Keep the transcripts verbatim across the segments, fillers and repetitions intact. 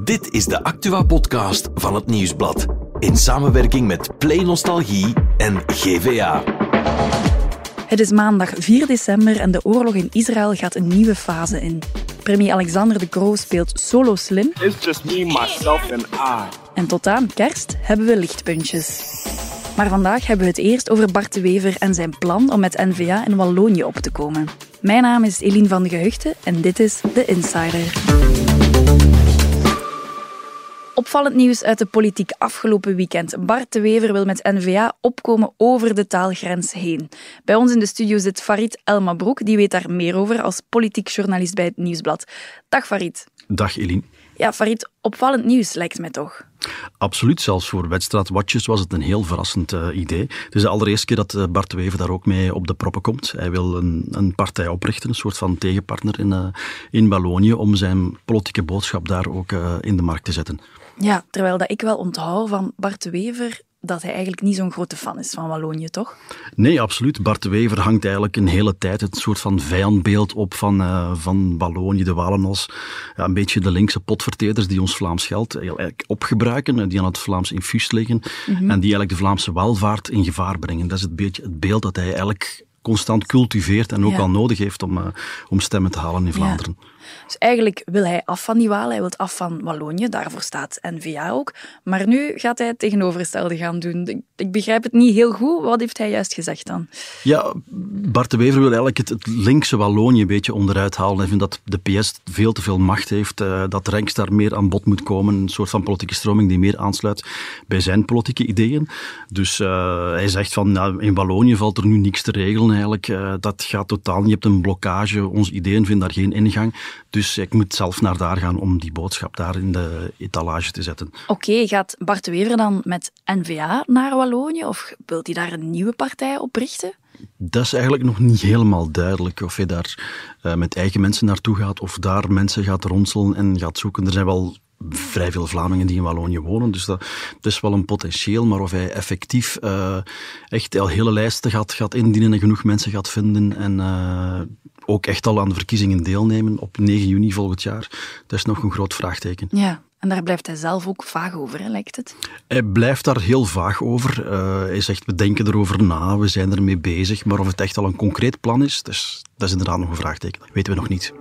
Dit is de Actua-podcast van het Nieuwsblad. In samenwerking met Play Nostalgie en G V A. Het is maandag vier december en de oorlog in Israël gaat een nieuwe fase in. Premier Alexander De Croo speelt solo slim. It's just me, myself and I. En tot aan kerst hebben we lichtpuntjes. Maar vandaag hebben we het eerst over Bart de Wever en zijn plan om met N V A in Wallonië op te komen. Mijn naam is Eline van de Gehuchten en dit is The Insider. Opvallend nieuws uit de politiek afgelopen weekend. Bart de Wever wil met N V A opkomen over de taalgrens heen. Bij ons in de studio zit Farid Elmabroek, die weet daar meer over als politiek journalist bij het Nieuwsblad. Dag Farid. Dag Eline. Ja, Farid, opvallend nieuws lijkt mij toch? Absoluut, zelfs voor Wedstraat-watchers was het een heel verrassend uh, idee. Het is de allereerste keer dat uh, Bart de Wever daar ook mee op de proppen komt. Hij wil een, een partij oprichten, een soort van tegenpartner in, uh, in Wallonië, om zijn politieke boodschap daar ook uh, in de markt te zetten. Ja, terwijl dat ik wel onthoud van Bart de Wever dat hij eigenlijk niet zo'n grote fan is van Wallonië, toch? Nee, absoluut. Bart de Wever hangt eigenlijk een hele tijd het soort van vijandbeeld op van, uh, van Wallonië, de Walen als ja, een beetje de linkse potverteders die ons Vlaams geld eigenlijk opgebruiken, die aan het Vlaams infuus liggen mm-hmm. en die eigenlijk de Vlaamse welvaart in gevaar brengen. Dat is het beetje het beeld dat hij eigenlijk constant cultiveert en ook ja. al nodig heeft om, uh, om stemmen te halen in Vlaanderen. Ja. Dus eigenlijk wil hij af van die Walen, hij wil af van Wallonië, daarvoor staat N V A ook. Maar nu gaat hij het tegenovergestelde gaan doen. Ik, ik begrijp het niet heel goed. Wat heeft hij juist gezegd dan? Ja, Bart de Wever wil eigenlijk het, het linkse Wallonië een beetje onderuit halen. Hij vindt dat de P S veel te veel macht heeft, uh, dat Renks daar meer aan bod moet komen. Een soort van politieke stroming die meer aansluit bij zijn politieke ideeën. Dus uh, hij zegt van, nou, in Wallonië valt er nu niks te regelen eigenlijk. Uh, dat gaat totaal niet. Je hebt een blokkage. Onze ideeën vinden daar geen ingang. Dus ik moet zelf naar daar gaan om die boodschap daar in de etalage te zetten. Oké, okay, gaat Bart de Wever dan met N V A naar Wallonië of wil hij daar een nieuwe partij oprichten? Dat is eigenlijk nog niet helemaal duidelijk of hij daar uh, met eigen mensen naartoe gaat of daar mensen gaat ronselen en gaat zoeken. Er zijn wel vrij veel Vlamingen die in Wallonië wonen, dus dat, dat is wel een potentieel, maar of hij effectief uh, echt al hele lijsten gaat, gaat indienen en genoeg mensen gaat vinden en uh, ook echt al aan de verkiezingen deelnemen op negen juni volgend jaar, dat is nog een groot vraagteken. Ja. En daar blijft hij zelf ook vaag over, hè, lijkt het? Hij blijft daar heel vaag over. Uh, hij zegt, we denken erover na, we zijn ermee bezig, maar of het echt al een concreet plan is, dat is, dat is inderdaad nog een vraagteken. Dat weten we nog niet.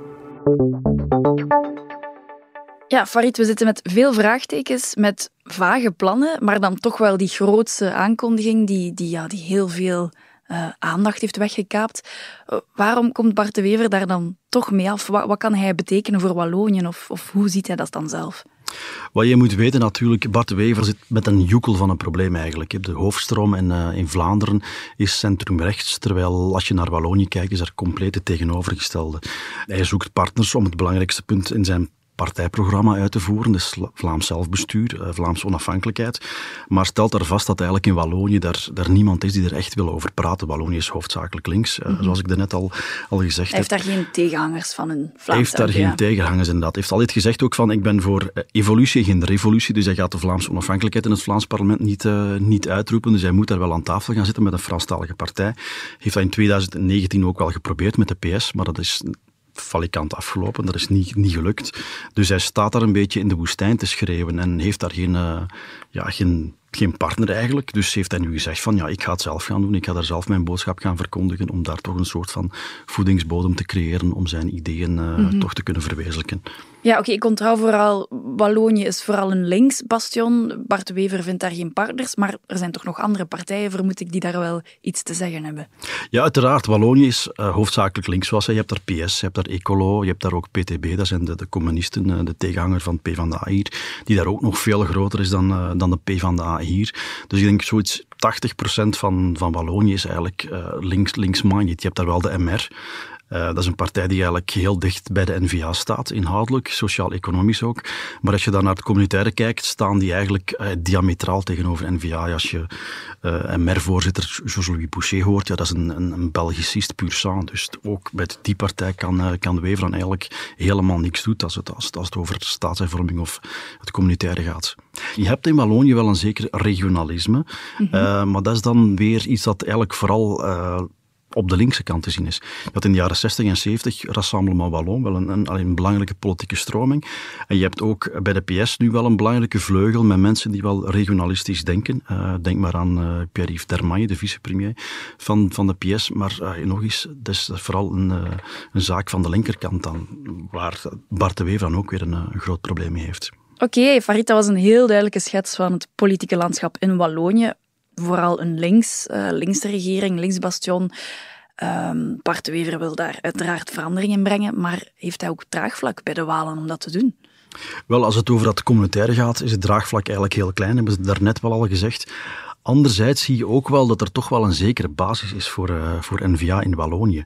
Ja, Farid, we zitten met veel vraagtekens, met vage plannen, maar dan toch wel die grootste aankondiging die, die, ja, die heel veel uh, aandacht heeft weggekaapt. Uh, waarom komt Bart de Wever daar dan toch mee af? Wat, wat kan hij betekenen voor Wallonië of, of hoe ziet hij dat dan zelf? Wat je moet weten natuurlijk, Bart de Wever zit met een joekel van een probleem eigenlijk. De hoofdstroom in, uh, in Vlaanderen is centrumrechts, terwijl als je naar Wallonië kijkt is er compleet het tegenovergestelde. Hij zoekt partners om het belangrijkste punt in zijn partijprogramma uit te voeren, dus Vlaams zelfbestuur, Vlaams onafhankelijkheid, maar stelt daar vast dat eigenlijk in Wallonië daar, daar niemand is die er echt wil over praten. Wallonië is hoofdzakelijk links, mm-hmm. zoals ik daarnet al, al gezegd heb. Hij heeft daar geen tegenhangers van een Vlaams. Hij heeft daar N V A. geen tegenhangers inderdaad. Hij heeft altijd gezegd ook van, ik ben voor evolutie, geen revolutie, dus hij gaat de Vlaamse onafhankelijkheid in het Vlaams parlement niet, uh, niet uitroepen, dus hij moet daar wel aan tafel gaan zitten met een Franstalige partij. Heeft dat in twintig negentien ook wel geprobeerd met de P S, maar dat is falikant afgelopen, dat is niet, niet gelukt. Dus hij staat daar een beetje in de woestijn te schreeuwen en heeft daar geen, uh, ja, geen, geen partner eigenlijk. Dus heeft hij nu gezegd van, ja, ik ga het zelf gaan doen, ik ga daar zelf mijn boodschap gaan verkondigen, om daar toch een soort van voedingsbodem te creëren, om zijn ideeën uh, mm-hmm. toch te kunnen verwezenlijken. Ja, oké, okay, ik onthoud vooral, Wallonië is vooral een links bastion. Bart de Wever vindt daar geen partners, maar er zijn toch nog andere partijen, vermoed ik, die daar wel iets te zeggen hebben. Ja, uiteraard. Wallonië is uh, hoofdzakelijk links, zoals je hebt daar P S, je hebt daar Ecolo, je hebt daar ook P T B, dat zijn de, de communisten, uh, de tegenhanger van PvdA hier, die daar ook nog veel groter is dan, uh, dan de PvdA hier. Dus ik denk zoiets tachtig procent van, van Wallonië is eigenlijk uh, links, links-minded. Je hebt daar wel de M R. Uh, dat is een partij die eigenlijk heel dicht bij de N V A staat, inhoudelijk, sociaal-economisch ook. Maar als je dan naar het communautaire kijkt, staan die eigenlijk uh, diametraal tegenover N V A. Als je uh, M R-voorzitter Georges-Louis Boucher hoort, ja, dat is een, een, een Belgicist puur sang. Dus ook met die partij kan, uh, kan de Wever dan eigenlijk helemaal niks doen als het, als het, als het over staatshervorming of het communautaire gaat. Je hebt in Wallonië wel een zeker regionalisme, mm-hmm. uh, maar dat is dan weer iets dat eigenlijk vooral Uh, op de linkse kant te zien is. Je had in de jaren zestig en zeventig Rassemblement Wallon, wel een, een, een belangrijke politieke stroming. En je hebt ook bij de P S nu wel een belangrijke vleugel met mensen die wel regionalistisch denken. Uh, denk maar aan uh, Pierre-Yves Dermaille, de vicepremier van, van de P S. Maar uh, nog eens, dat is vooral een, uh, een zaak van de linkerkant dan, waar Bart de Wever dan ook weer een, een groot probleem mee heeft. Oké, okay, Farid, dat was een heel duidelijke schets van het politieke landschap in Wallonië. Vooral een links, uh, linkse regering, linksbastion. Um, Bart de Wever wil daar uiteraard verandering in brengen, maar heeft hij ook draagvlak bij de Walen om dat te doen? Wel, als het over dat communautaire gaat, is het draagvlak eigenlijk heel klein. Hebben ze daarnet wel al gezegd. Anderzijds zie je ook wel dat er toch wel een zekere basis is voor, uh, voor N V A in Wallonië.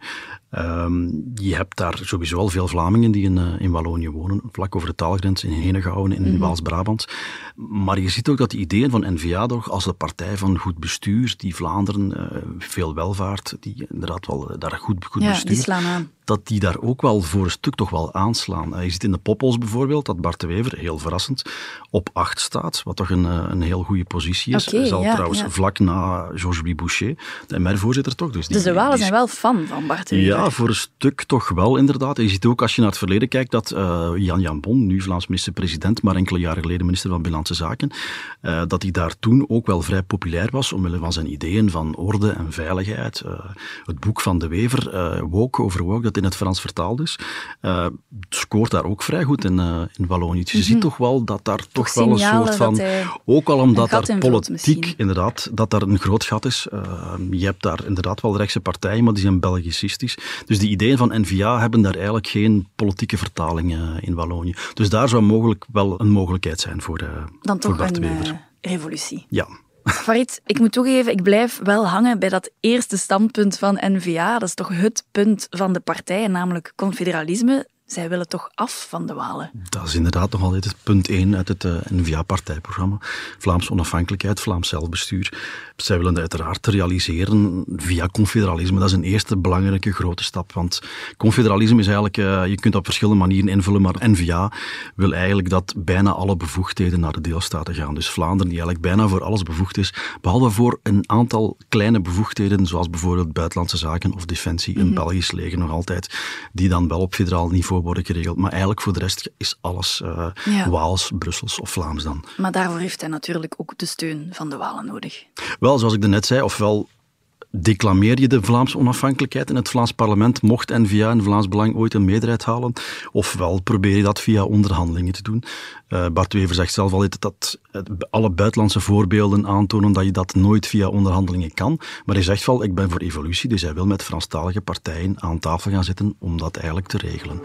Um, je hebt daar sowieso al veel Vlamingen die in, uh, in Wallonië wonen, vlak over de taalgrens in Henegouwen en in mm-hmm. Waals-Brabant. Maar je ziet ook dat de ideeën van N V A toch als de partij van goed bestuur, die Vlaanderen, uh, veel welvaart, die inderdaad wel uh, daar goed, goed ja, bestuur, die slaan aan. Dat die daar ook wel voor een stuk toch wel aanslaan. Uh, je ziet in de Poppels bijvoorbeeld dat Bart de Wever, heel verrassend, op acht staat, wat toch een, uh, een heel goede positie is. Okay, Zal ja, trouwens ja. vlak na Georges-Louis Boucher, de M R-voorzitter toch. Dus, die, dus de Walen die, zijn wel fan van Bart de Wever. Ja, voor een stuk toch wel, inderdaad. En je ziet ook, als je naar het verleden kijkt, dat uh, Jan Jambon, nu Vlaams minister-president, maar enkele jaren geleden minister van Binnenlandse Zaken, uh, dat hij daar toen ook wel vrij populair was, omwille van zijn ideeën van orde en veiligheid. Uh, het boek van de Wever, uh, Woke over Woke, dat in het Frans vertaald is, uh, scoort daar ook vrij goed in, uh, in Wallonië. Dus je mm-hmm. ziet toch wel dat daar toch, toch wel een soort van... Ook al omdat daar politiek, inderdaad, dat daar een groot gat is. Uh, je hebt daar inderdaad wel rechtse partijen, maar die zijn Belgicistisch. Dus die ideeën van N V A hebben daar eigenlijk geen politieke vertaling uh, in Wallonië. Dus daar zou mogelijk wel een mogelijkheid zijn voor, uh, Dan voor toch Bart de een Wever. Uh, revolutie. Ja. Farid, ik moet toegeven, ik blijf wel hangen bij dat eerste standpunt van N V A. Dat is toch het punt van de partijen, namelijk confederalisme. Zij willen toch af van de Walen? Dat is inderdaad nog altijd het punt één uit het uh, N V A-partijprogramma. Vlaamse onafhankelijkheid, Vlaams zelfbestuur. Zij willen dat uiteraard realiseren via confederalisme. Dat is een eerste belangrijke grote stap. Want confederalisme is eigenlijk, uh, je kunt op verschillende manieren invullen, maar N V A wil eigenlijk dat bijna alle bevoegdheden naar de deelstaten gaan. Dus Vlaanderen, die eigenlijk bijna voor alles bevoegd is, behalve voor een aantal kleine bevoegdheden, zoals bijvoorbeeld buitenlandse zaken of defensie, mm-hmm. een Belgisch leger nog altijd, die dan wel op federaal niveau worden geregeld. Maar eigenlijk voor de rest is alles uh, ja. Waals, Brussels of Vlaams dan. Maar daarvoor heeft hij natuurlijk ook de steun van de Walen nodig. Wel, zoals ik net zei, ofwel declameer je de Vlaamse onafhankelijkheid in het Vlaams parlement, mocht N V A en Vlaams Belang ooit een meerderheid halen, ofwel probeer je dat via onderhandelingen te doen. Uh, Bart de Wever zegt zelf al dat uh, alle buitenlandse voorbeelden aantonen dat je dat nooit via onderhandelingen kan. Maar hij zegt wel, ik ben voor evolutie, dus hij wil met Franstalige partijen aan tafel gaan zitten om dat eigenlijk te regelen.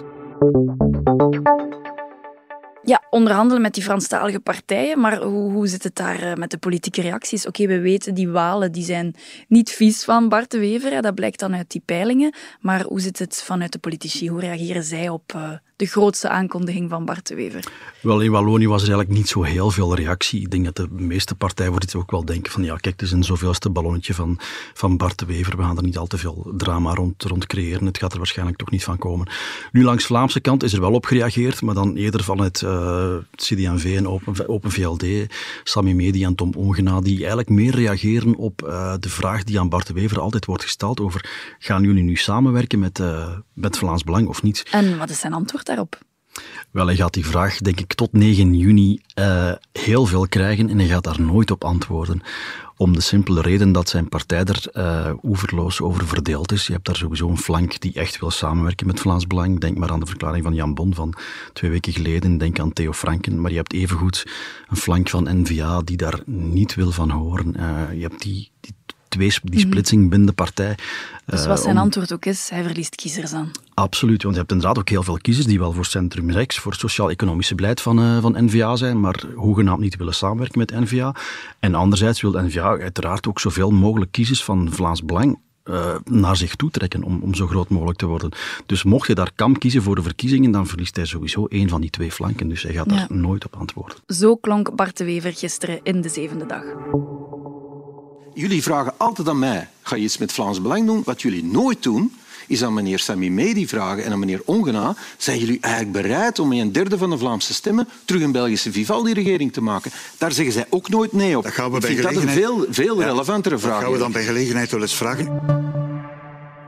Ja, onderhandelen met die Franstalige partijen, maar hoe, hoe zit het daar uh, met de politieke reacties? Oké, okay, we weten, die Walen die zijn niet vies van Bart de Wever, hè, dat blijkt dan uit die peilingen, maar hoe zit het vanuit de politici? Hoe reageren zij op uh, de grootste aankondiging van Bart de Wever? Wel, in Wallonië was er eigenlijk niet zo heel veel reactie. Ik denk dat de meeste partijen voor dit ook wel denken van ja, kijk, het is een zoveelste ballonnetje van, van Bart de Wever, we gaan er niet al te veel drama rond, rond creëren, het gaat er waarschijnlijk toch niet van komen. Nu, langs Vlaamse kant is er wel op gereageerd, maar dan eerder vanuit uh, C D en V en Open, Open V L D, Sami Medi en Tom Ongena, die eigenlijk meer reageren op uh, de vraag die aan Bart de Wever altijd wordt gesteld over gaan jullie nu samenwerken met, uh, met Vlaams Belang of niet? En wat is zijn antwoord daarop? Wel, hij gaat die vraag, denk ik, tot negen juni uh, heel veel krijgen en hij gaat daar nooit op antwoorden. Om de simpele reden dat zijn partij er uh, oeverloos over verdeeld is. Je hebt daar sowieso een flank die echt wil samenwerken met Vlaams Belang. Denk maar aan de verklaring van Jan Bon van twee weken geleden. Denk aan Theo Franken. Maar je hebt evengoed een flank van N V A die daar niet wil van horen. Uh, je hebt die... die Twee, die splitsing binnen de partij. Dus wat zijn uh, om... antwoord ook is, hij verliest kiezers aan. Absoluut, want je hebt inderdaad ook heel veel kiezers die wel voor centrum-rechts, voor het sociaal-economische beleid van, uh, van N V A zijn, maar hoegenaamd niet willen samenwerken met N V A. En anderzijds wil N V A uiteraard ook zoveel mogelijk kiezers van Vlaams Belang uh, naar zich toe trekken om, om zo groot mogelijk te worden. Dus mocht je daar Kamp kiezen voor de verkiezingen, dan verliest hij sowieso één van die twee flanken. Dus hij gaat ja. daar nooit op antwoorden. Zo klonk Bart de Wever gisteren in de zevende dag. Jullie vragen altijd aan mij, ga je iets met Vlaams Belang doen? Wat jullie nooit doen, is aan meneer Sami Medi vragen en aan meneer Ongena, zijn jullie eigenlijk bereid om met een derde van de Vlaamse stemmen terug een Belgische Vivaldi-regering te maken? Daar zeggen zij ook nooit nee op. Dat gaan we Ik bij vind gelegenheid... dat een veel, veel ja, relevantere vraag. Dat gaan we dan bij gelegenheid wel eens vragen.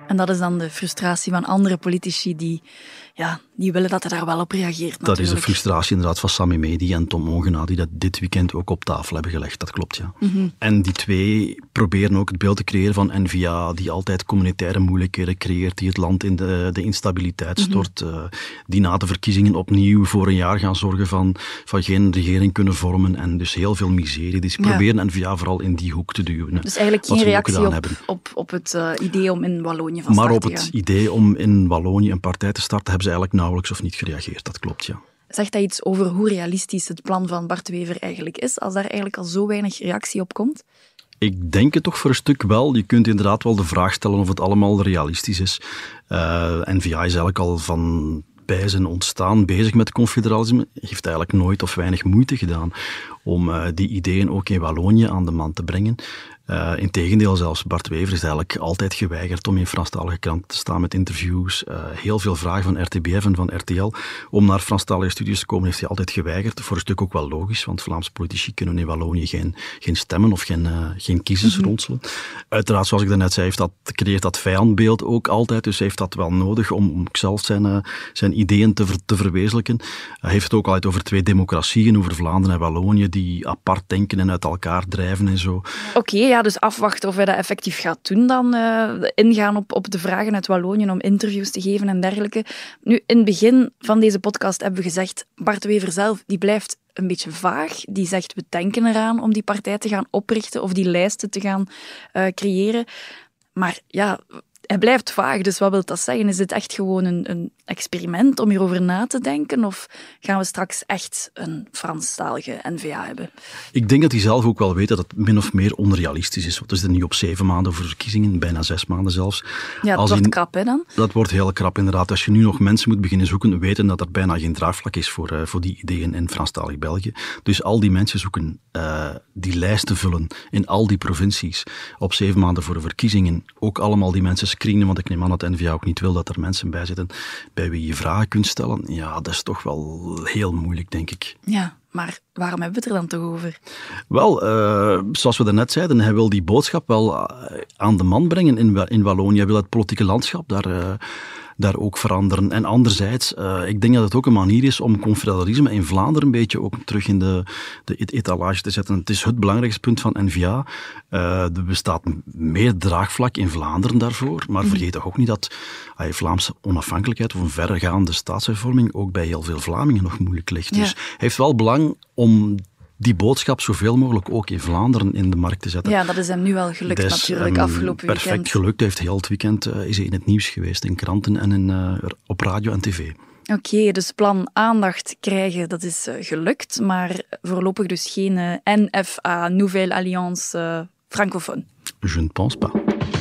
En dat is dan de frustratie van andere politici die, ja, die willen dat hij daar wel op reageert. Natuurlijk. Dat is de frustratie inderdaad van Sami Medi en Tom Ongena, die dat dit weekend ook op tafel hebben gelegd. Dat klopt, ja. Mm-hmm. En die twee proberen ook het beeld te creëren van N V A, die altijd communautaire moeilijkheden creëert, die het land in de, de instabiliteit stort, mm-hmm. uh, die na de verkiezingen opnieuw voor een jaar gaan zorgen van, van geen regering kunnen vormen en dus heel veel miserie. Dus ze ja. proberen N V A vooral in die hoek te duwen. Dus eigenlijk geen reactie op, op, op het uh, idee om in Wallonië van maar start te gaan. Maar op het idee om in Wallonië een partij te starten, hebben ze eigenlijk nauwelijks of niet gereageerd. Dat klopt, ja. Zegt dat iets over hoe realistisch het plan van Bart Wever eigenlijk is, als daar eigenlijk al zo weinig reactie op komt? Ik denk het toch voor een stuk wel. Je kunt inderdaad wel de vraag stellen of het allemaal realistisch is. Uh, N V A is eigenlijk al van bij zijn ontstaan bezig met confederalisme. Heeft eigenlijk nooit of weinig moeite gedaan om uh, die ideeën ook in Wallonië aan de man te brengen. Uh, integendeel, zelfs Bart Wever is eigenlijk altijd geweigerd om in Franstalige kranten te staan met interviews. Uh, heel veel vragen van R T B F en van R T L om naar Franstalige studios te komen, heeft hij altijd geweigerd. Voor een stuk ook wel logisch, want Vlaamse politici kunnen in Wallonië geen, geen stemmen of geen, uh, geen kiezers mm-hmm. ronselen. Uiteraard, zoals ik daarnet zei, heeft dat, creëert dat vijandbeeld ook altijd, dus hij heeft dat wel nodig om, om zelf zijn, uh, zijn ideeën te, ver, te verwezenlijken. Hij heeft het ook altijd over twee democratieën, over Vlaanderen en Wallonië, die apart denken en uit elkaar drijven en zo. Oké, okay, ja. Dus afwachten of hij dat effectief gaat doen dan. Uh, ingaan op, op de vragen uit Wallonië om interviews te geven en dergelijke. Nu, in het begin van deze podcast hebben we gezegd, Bart Wever zelf, die blijft een beetje vaag. Die zegt, we denken eraan om die partij te gaan oprichten of die lijsten te gaan uh, creëren. Maar ja, hij blijft vaag, dus wat wil dat zeggen? Is dit echt gewoon een, een experiment om hierover na te denken? Of gaan we straks echt een Franstalige N V A hebben? Ik denk dat hij zelf ook wel weet dat het min of meer onrealistisch is. Want we zitten nu op zeven maanden voor verkiezingen, bijna zes maanden zelfs. Ja, dat Als wordt in, krap, hè, dan? Dat wordt heel krap, inderdaad. Als je nu nog mensen moet beginnen zoeken, weten dat er bijna geen draagvlak is voor, uh, voor die ideeën in Franstalig België. Dus al die mensen zoeken uh, die lijsten vullen in al die provincies op zeven maanden voor de verkiezingen. Ook allemaal die mensen screenen, want ik neem aan dat N V A ook niet wil dat er mensen bij zitten bij wie je vragen kunt stellen. Ja, dat is toch wel heel moeilijk, denk ik. Ja, maar waarom hebben we het er dan toch over? Wel, uh, zoals we daarnet zeiden, hij wil die boodschap wel uh, aan de man brengen in, in Wallonië. Hij wil het politieke landschap daar... Uh, daar ook veranderen. En anderzijds, uh, ik denk dat het ook een manier is om confederalisme in Vlaanderen een beetje ook terug in de, de etalage te zetten. Het is het belangrijkste punt van N V A. Uh, er bestaat meer draagvlak in Vlaanderen daarvoor, maar mm. vergeet toch ook niet dat uh, Vlaamse onafhankelijkheid of een verregaande staatshervorming ook bij heel veel Vlamingen nog moeilijk ligt. Ja. Dus hij heeft wel belang om die boodschap zoveel mogelijk ook in Vlaanderen in de markt te zetten. Ja, dat is hem nu wel gelukt dus, natuurlijk, afgelopen perfect weekend. Perfect gelukt. Hij heeft heel het weekend uh, is hij in het nieuws geweest, in kranten en in, uh, op radio en tv. Oké, okay, dus plan aandacht krijgen, dat is uh, gelukt, maar voorlopig dus geen uh, N F A, Nouvelle Alliance uh, francophone. Je ne pense pas.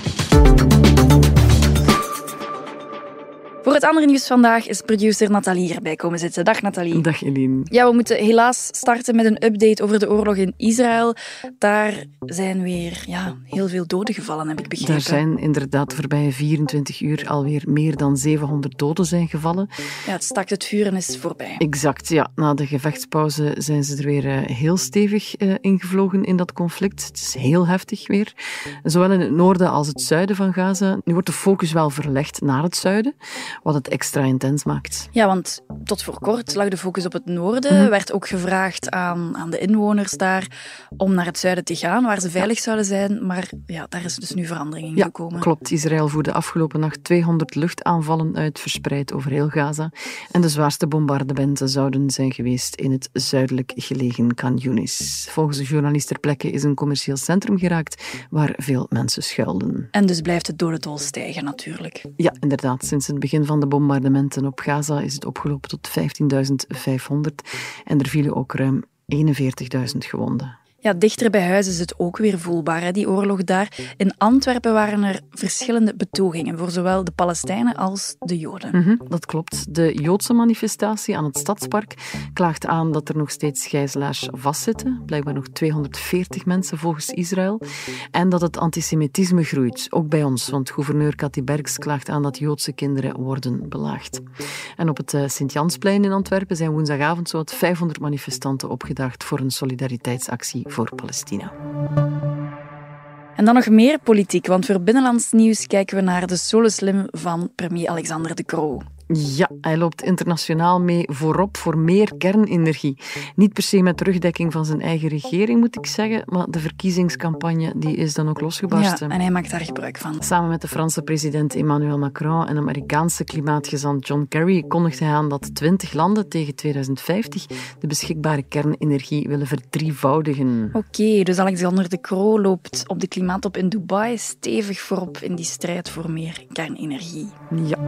Voor het andere nieuws vandaag is producer Nathalie erbij komen zitten. Dag Nathalie. Dag Eline. Ja, we moeten helaas starten met een update over de oorlog in Israël. Daar zijn weer ja, heel veel doden gevallen, heb ik begrepen. Daar zijn inderdaad de voorbije vierentwintig uur alweer meer dan zevenhonderd doden zijn gevallen. Ja, het stakt het vuren is voorbij. Exact, ja. Na de gevechtspauze zijn ze er weer uh, heel stevig uh, ingevlogen in dat conflict. Het is heel heftig weer. Zowel in het noorden als het zuiden van Gaza. Nu wordt de focus wel verlegd naar het zuiden, wat het extra intens maakt. Ja, want tot voor kort lag de focus op het noorden. Er mm. werd ook gevraagd aan, aan de inwoners daar om naar het zuiden te gaan, waar ze veilig zouden zijn. Maar ja, daar is dus nu verandering in ja, gekomen. Klopt. Israël voerde afgelopen nacht tweehonderd luchtaanvallen uit, verspreid over heel Gaza. En de zwaarste bombardementen zouden zijn geweest in het zuidelijk gelegen Khan Yunis. Volgens de journalist ter plekke is een commercieel centrum geraakt waar veel mensen schuilden. En dus blijft het dodendol stijgen natuurlijk. Ja, inderdaad. Sinds het begin van de bombardementen op Gaza is het opgelopen tot vijftienduizend vijfhonderd en er vielen ook ruim eenenveertigduizend gewonden. Ja, dichter bij huis is het ook weer voelbaar, hè, die oorlog daar. In Antwerpen waren er verschillende betogingen voor zowel de Palestijnen als de Joden. Mm-hmm, dat klopt. De Joodse manifestatie aan het Stadspark klaagt aan dat er nog steeds gijzelaars vastzitten. Blijkbaar nog tweehonderdveertig mensen volgens Israël. En dat het antisemitisme groeit, ook bij ons. Want gouverneur Cathy Berks klaagt aan dat Joodse kinderen worden belaagd. En op het uh, Sint-Jansplein in Antwerpen zijn woensdagavond zowat vijfhonderd manifestanten opgedaagd voor een solidariteitsactie voor Palestina. En dan nog meer politiek, want voor binnenlands nieuws kijken we naar de soloslim van premier Alexander De Croo. Ja, hij loopt internationaal mee voorop voor meer kernenergie. Niet per se met terugdekking van zijn eigen regering, moet ik zeggen, maar de verkiezingscampagne die is dan ook losgebarsten. Ja, en hij maakt daar gebruik van. Samen met de Franse president Emmanuel Macron en Amerikaanse klimaatgezant John Kerry kondigt hij aan dat twintig landen tegen tweeduizend vijftig de beschikbare kernenergie willen verdrievoudigen. Oké, okay, dus Alexander De Croo loopt op de klimaattop in Dubai stevig voorop in die strijd voor meer kernenergie. Ja.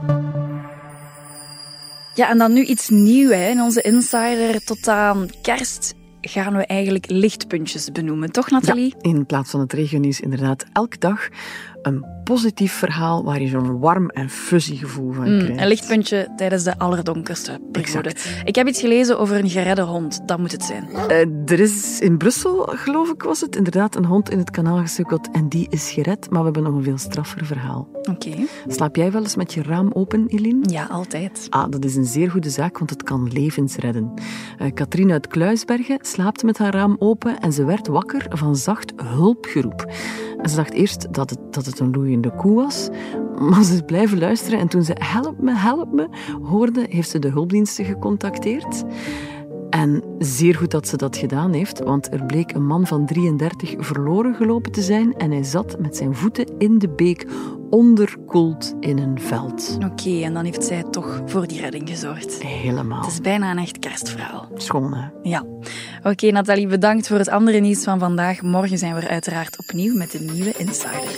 Ja, en dan nu iets nieuws hè, in onze Insider. Tot aan kerst gaan we eigenlijk lichtpuntjes benoemen, toch Nathalie? Ja, in plaats van het regionieuws inderdaad elke dag een positief verhaal waar je zo'n warm en fuzzy gevoel van mm, krijgt. Een lichtpuntje tijdens de allerdonkerste periode. Exact. Ik heb iets gelezen over een geredde hond, dat moet het zijn. Uh, er is in Brussel, geloof ik, was het inderdaad een hond in het kanaal gesukkeld en die is gered, maar we hebben nog een veel straffer verhaal. Oké. Okay. Slaap jij wel eens met je raam open, Eline? Ja, altijd. Ah, dat is een zeer goede zaak, want het kan levens redden. Uh, Katrien uit Kluisbergen slaapte met haar raam open en ze werd wakker van zacht hulpgeroep. En ze dacht eerst dat het, dat het een loeiende koe was, maar ze is blijven luisteren en toen ze help me, help me hoorde, heeft ze de hulpdiensten gecontacteerd. En zeer goed dat ze dat gedaan heeft, want er bleek een man van drieëndertig verloren gelopen te zijn en hij zat met zijn voeten in de beek, onderkoeld in een veld. Oké, okay, en dan heeft zij toch voor die redding gezorgd. Helemaal. Het is bijna een echt kerstverhaal. Schoon, hè? Ja. Oké, okay, Nathalie, bedankt voor het andere nieuws van vandaag. Morgen zijn we er uiteraard opnieuw met een nieuwe Insider.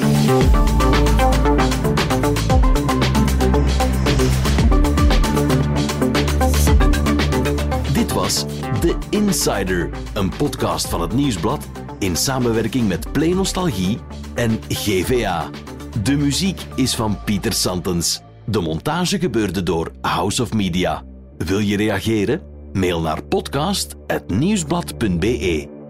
Dit was The Insider, een podcast van het Nieuwsblad in samenwerking met Play Nostalgie en G V A. De muziek is van Pieter Santens. De montage gebeurde door House of Media. Wil je reageren? Mail naar podcast apennieuwsblad punt be.